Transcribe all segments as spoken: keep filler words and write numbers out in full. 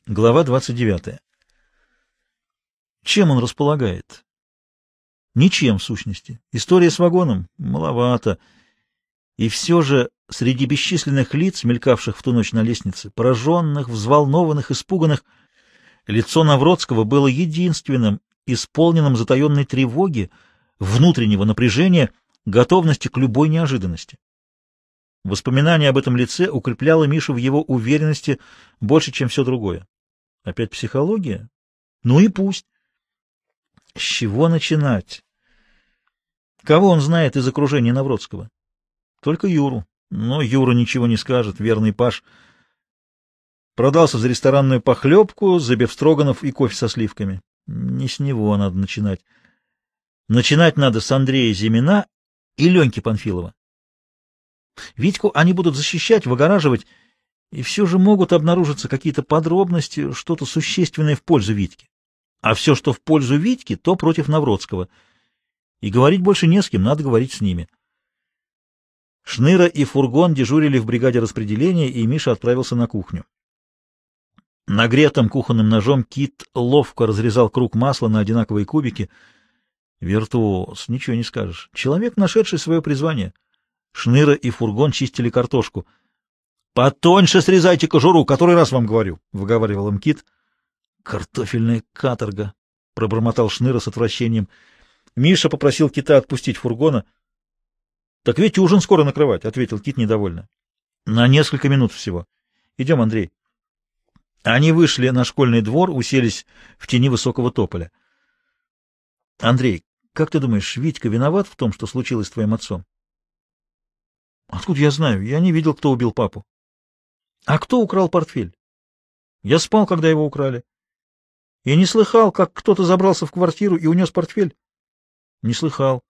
Глава двадцать девятая. Чем он располагает? Ничем, в сущности. История с вагоном? Маловато. И все же среди бесчисленных лиц, мелькавших в ту ночь на лестнице, пораженных, взволнованных, испуганных, лицо Навродского было единственным, исполненным затаенной тревоги, внутреннего напряжения, готовности к любой неожиданности. Воспоминание об этом лице укрепляло Мишу в его уверенности больше, чем все другое. Опять психология? Ну и пусть. С чего начинать? Кого он знает из окружения Навродского? Только Юру. Но Юра ничего не скажет, верный паш. Продался за ресторанную похлебку, за бефстроганов и кофе со сливками. Не с него надо начинать. Начинать надо с Андрея Зимина и Леньки Панфилова. Витьку они будут защищать, выгораживать, и все же могут обнаружиться какие-то подробности, что-то существенное в пользу Витьки. А все, что в пользу Витьки, то против Навродского. И говорить больше не с кем, надо говорить с ними. Шныра и Фургон дежурили в бригаде распределения, и Миша отправился на кухню. Нагретым кухонным ножом Кит ловко разрезал круг масла на одинаковые кубики. Виртуоз, ничего не скажешь. Человек, нашедший свое призвание. Шныра и Фургон чистили картошку. — Потоньше срезайте кожуру, который раз вам говорю, — выговаривал им Кит. — Картофельная каторга, — пробормотал Шныра с отвращением. Миша попросил Кита отпустить Фургона. — Так ведь ужин скоро накрывать, — ответил Кит недовольно. — На несколько минут всего. Идем, Андрей. Они вышли на школьный двор, уселись в тени высокого тополя. — Андрей, как ты думаешь, Витька виноват в том, что случилось с твоим отцом? — Откуда я знаю? Я не видел, кто убил папу. — А кто украл портфель? — Я спал, когда его украли. — Я не слыхал, как кто-то забрался в квартиру и унес портфель? — Не слыхал.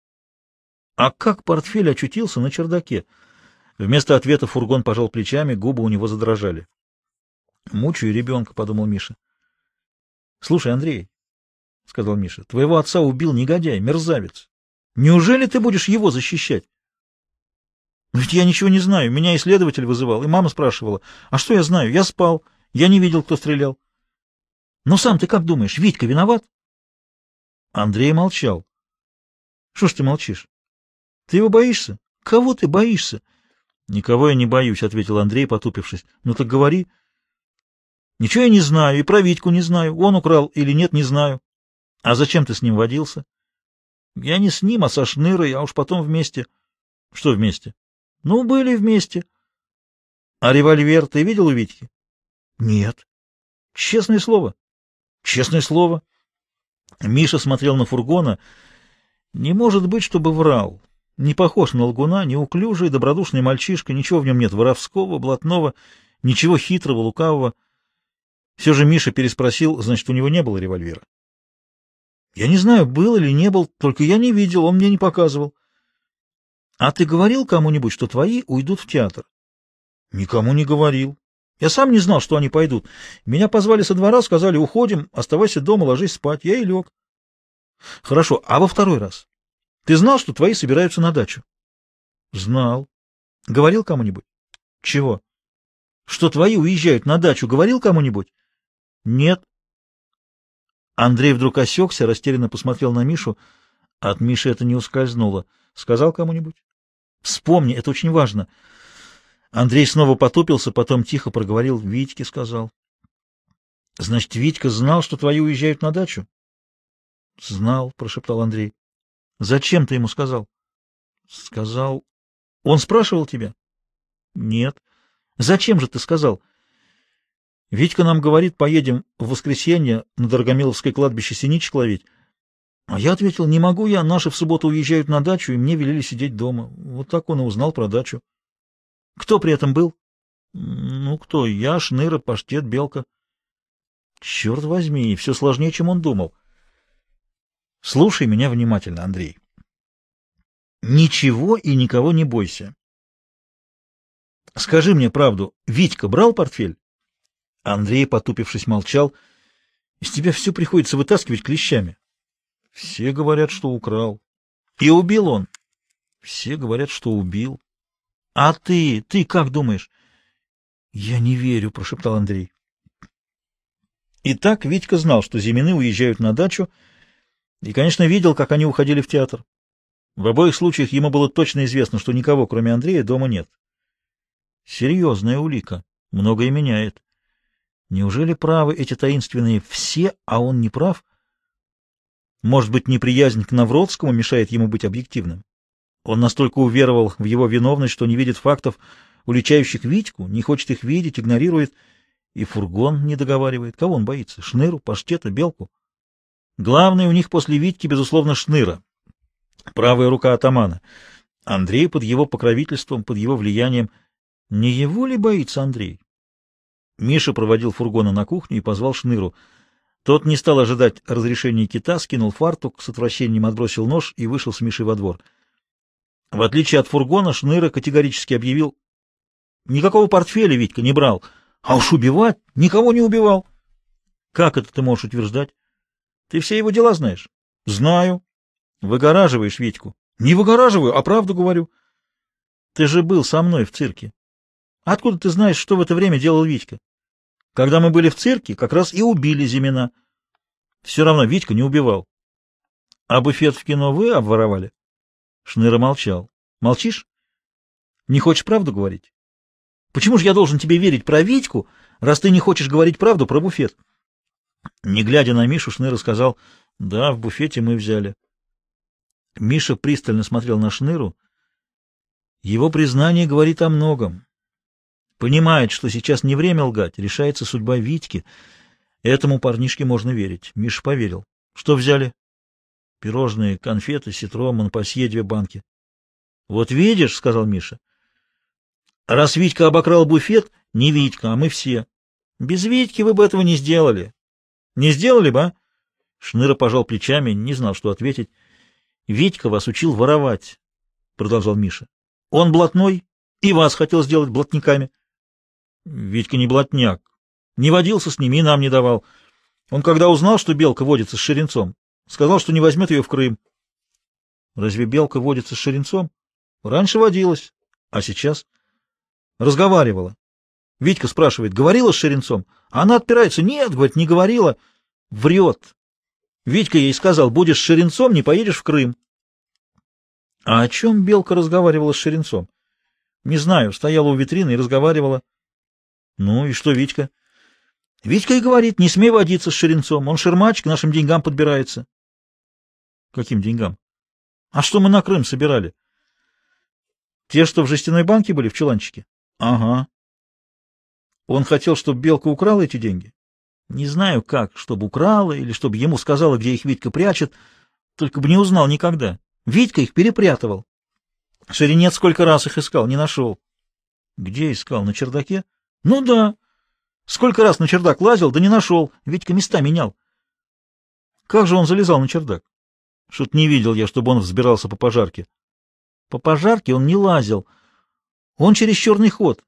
— А как портфель очутился на чердаке? Вместо ответа Фургон пожал плечами, губы у него задрожали. — Мучаю ребенка, — подумал Миша. — Слушай, Андрей, — сказал Миша, — твоего отца убил негодяй, мерзавец. Неужели ты будешь его защищать? — Ведь я ничего не знаю. Меня исследователь вызывал, и мама спрашивала. А что я знаю? Я спал. Я не видел, кто стрелял. Но сам ты как думаешь, Витька виноват? Андрей молчал. — Что ж ты молчишь? Ты его боишься? Кого ты боишься? — Никого я не боюсь, — ответил Андрей, потупившись. — Ну так говори. — Ничего я не знаю, и про Витьку не знаю. Он украл или нет, не знаю. — А зачем ты с ним водился? — Я не с ним, а со Шнырой, а уж потом вместе. — Что вместе? — Ну, были вместе. — А револьвер ты видел у Витьки? — Нет. — Честное слово? — Честное слово. Миша смотрел на Фургона. Не может быть, чтобы врал. Не похож на лгуна, неуклюжий, добродушный мальчишка, ничего в нем нет воровского, блатного, ничего хитрого, лукавого. Все же Миша переспросил, значит, у него не было револьвера. — Я не знаю, был или не был, только я не видел, он мне не показывал. — А ты говорил кому-нибудь, что твои уйдут в театр? — Никому не говорил. Я сам не знал, что они пойдут. Меня позвали со двора, сказали, уходим, оставайся дома, ложись спать. Я и лег. — Хорошо, а во второй раз? Ты знал, что твои собираются на дачу? — Знал. — Говорил кому-нибудь? — Чего? — Что твои уезжают на дачу, говорил кому-нибудь? — Нет. Андрей вдруг осекся, растерянно посмотрел на Мишу. От Миши это не ускользнуло. Сказал кому-нибудь? Вспомни, это очень важно. Андрей снова потупился, потом тихо проговорил. Витьке сказал. Значит, Витька знал, что твои уезжают на дачу? Знал, прошептал Андрей. Зачем ты ему сказал? Сказал. Он спрашивал тебя? Нет. Зачем же ты сказал? Витька нам говорит, поедем в воскресенье на Дорогомиловское кладбище синичек ловить. А я ответил, не могу я, наши в субботу уезжают на дачу, и мне велели сидеть дома. Вот так он и узнал про дачу. Кто при этом был? Ну, кто? Я, Шныра, Паштет, Белка. Черт возьми, все сложнее, чем он думал. Слушай меня внимательно, Андрей. Ничего и никого не бойся. Скажи мне правду, Витька брал портфель? Андрей, потупившись, молчал. Из тебя все приходится вытаскивать клещами. Все говорят, что украл. И убил он. Все говорят, что убил. А ты, ты как думаешь? Я не верю, прошептал Андрей. Итак, Витька знал, что Зимины уезжают на дачу, и, конечно, видел, как они уходили в театр. В обоих случаях ему было точно известно, что никого, кроме Андрея, дома нет. Серьезная улика. Многое меняет. Неужели правы эти таинственные все, а он не прав? Может быть, неприязнь к Навродскому мешает ему быть объективным? Он настолько уверовал в его виновность, что не видит фактов, уличающих Витьку, не хочет их видеть, игнорирует, и фургон не договаривает. Кого он боится? Шныру, Паштета, Белку? Главный у них после Витьки, безусловно, Шныра, правая рука атамана. Андрей под его покровительством, под его влиянием. Не его ли боится Андрей? Миша проводил фургона на кухню и позвал Шныру. Тот не стал ожидать разрешения кита, скинул фартук, с отвращением отбросил нож и вышел с Мишей во двор. В отличие от фургона, Шныра категорически объявил: никакого портфеля Витька не брал, а уж убивать никого не убивал. Как это ты можешь утверждать? Ты все его дела знаешь? Знаю. Выгораживаешь Витьку. Не выгораживаю, а правду говорю. Ты же был со мной в цирке. Откуда ты знаешь, что в это время делал Витька? Когда мы были в цирке, как раз и убили Зимина. Все равно Витька не убивал. А буфет в кино вы обворовали? Шныра молчал. Молчишь? Не хочешь правду говорить? Почему же я должен тебе верить про Витьку, раз ты не хочешь говорить правду про буфет? Не глядя на Мишу, Шныра сказал: да, в буфете мы взяли. Миша пристально смотрел на Шныру. Его признание говорит о многом. Понимает, что сейчас не время лгать, решается судьба Витьки. Этому парнишке можно верить. Миша поверил. Что взяли? Пирожные, конфеты, ситро, монпасье, две банки. Вот видишь, — сказал Миша, — раз Витька обокрал буфет, не Витька, а мы все. Без Витьки вы бы этого не сделали. Не сделали бы, а? Шныра пожал плечами, не знал, что ответить. Витька вас учил воровать, — продолжал Миша. Он блатной и вас хотел сделать блатниками. Витька не блатняк. Не водился с ними и нам не давал. Он, когда узнал, что Белка водится с Шеренцом, сказал, что не возьмет ее в Крым. Разве Белка водится с Шеренцом? Раньше водилась, а сейчас? Разговаривала. Витька спрашивает, говорила с Шеренцом? А она отпирается, нет, говорит, не говорила. Врет. Витька ей сказал, будешь с Шеренцом, не поедешь в Крым. А о чем Белка разговаривала с Шеренцом? Не знаю, стояла у витрины и разговаривала. Ну и что Витька? Витька и говорит, не смей водиться с Шеренцом, он шермач, к нашим деньгам подбирается. Каким деньгам? А что мы на Крым собирали? Те, что в жестяной банке были в чуланчике? Ага. Он хотел, чтобы Белка украла эти деньги? Не знаю как, чтобы украла или чтобы ему сказала, где их Витька прячет, только бы не узнал никогда. Витька их перепрятывал. Шеренец сколько раз их искал, не нашел. Где искал? На чердаке? Ну да. Сколько раз на чердак лазил, да не нашел. Витька места менял. Как же он залезал на чердак? Что-то не видел я, чтобы он взбирался по пожарке. По пожарке он не лазил. Он через черный ход.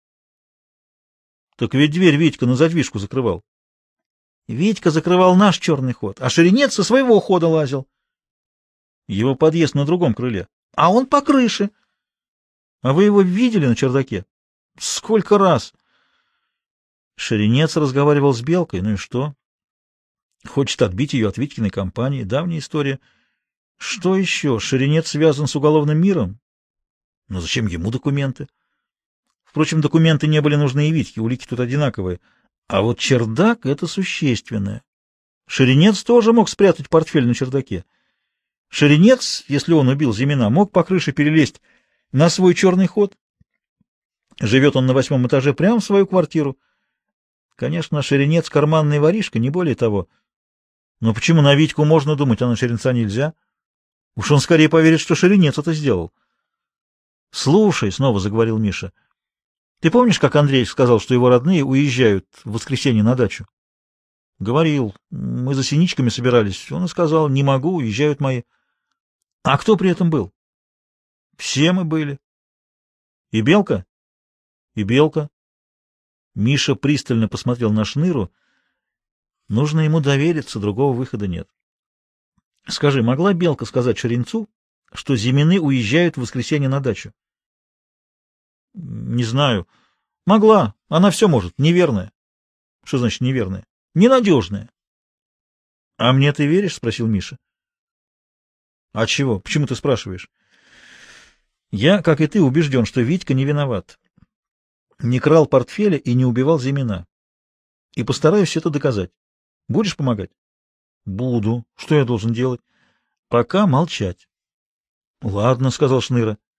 Так ведь дверь Витька на задвижку закрывал. Витька закрывал наш черный ход, а Шеренец со своего хода лазил. Его подъезд на другом крыле. А он по крыше. А вы его видели на чердаке? Сколько раз? Шеренец разговаривал с Белкой. Ну и что? Хочет отбить ее от Витькиной компании. Давняя история. Что еще? Шеренец связан с уголовным миром? Но зачем ему документы? Впрочем, документы не были нужны и Витьке, улики тут одинаковые. А вот чердак — это существенное. Шеренец тоже мог спрятать портфель на чердаке. Шеренец, если он убил Зимина, мог по крыше перелезть на свой черный ход. Живет он на восьмом этаже прямо в свою квартиру. Конечно, Шеренец — карманный воришка, не более того. Но почему на Витьку можно думать, а на Шеренца нельзя? Уж он скорее поверит, что Шеренец это сделал. — Слушай, — снова заговорил Миша, — ты помнишь, как Андрей сказал, что его родные уезжают в воскресенье на дачу? — Говорил. Мы за синичками собирались. Он и сказал, не могу, уезжают мои. — А кто при этом был? — Все мы были. — И Белка? — И Белка. Миша пристально посмотрел на Шныру. Нужно ему довериться, другого выхода нет. — Скажи, могла Белка сказать Шеренцу, что Зимины уезжают в воскресенье на дачу? — Не знаю. Могла. Она все может. Неверная. — Что значит неверная? Ненадежная. — А мне ты веришь? — спросил Миша. — А чего? Почему ты спрашиваешь? — Я, как и ты, убежден, что Витька не виноват. Не крал портфеля и не убивал Зимина. И постараюсь это доказать. Будешь помогать? — Буду. Что я должен делать? — Пока молчать. — Ладно, — сказал Шныра.